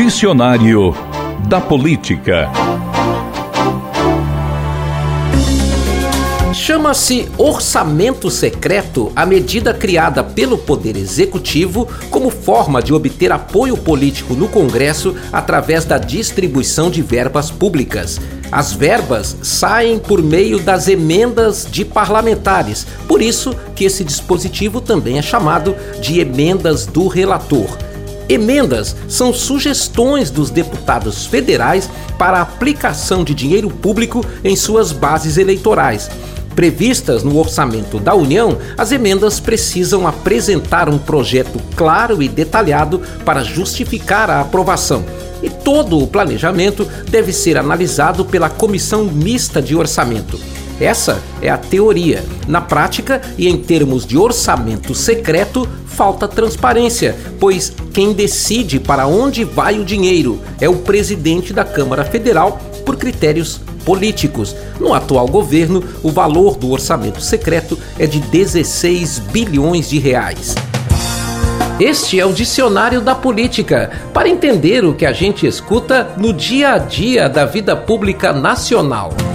Dicionário da Política. Chama-se orçamento secreto a medida criada pelo Poder Executivo como forma de obter apoio político no Congresso através da distribuição de verbas públicas. As verbas saem por meio das emendas de parlamentares, por isso que esse dispositivo também é chamado de emendas do relator. Emendas são sugestões dos deputados federais para a aplicação de dinheiro público em suas bases eleitorais. Previstas no orçamento da União, as emendas precisam apresentar um projeto claro e detalhado para justificar a aprovação. E todo o planejamento deve ser analisado pela Comissão Mista de Orçamento. Essa é a teoria. Na prática, e em termos de orçamento secreto, falta transparência, pois quem decide para onde vai o dinheiro é o presidente da Câmara Federal por critérios políticos. No atual governo, o valor do orçamento secreto é de 16 bilhões de reais. Este é o Dicionário da Política, para entender o que a gente escuta no dia a dia da vida pública nacional.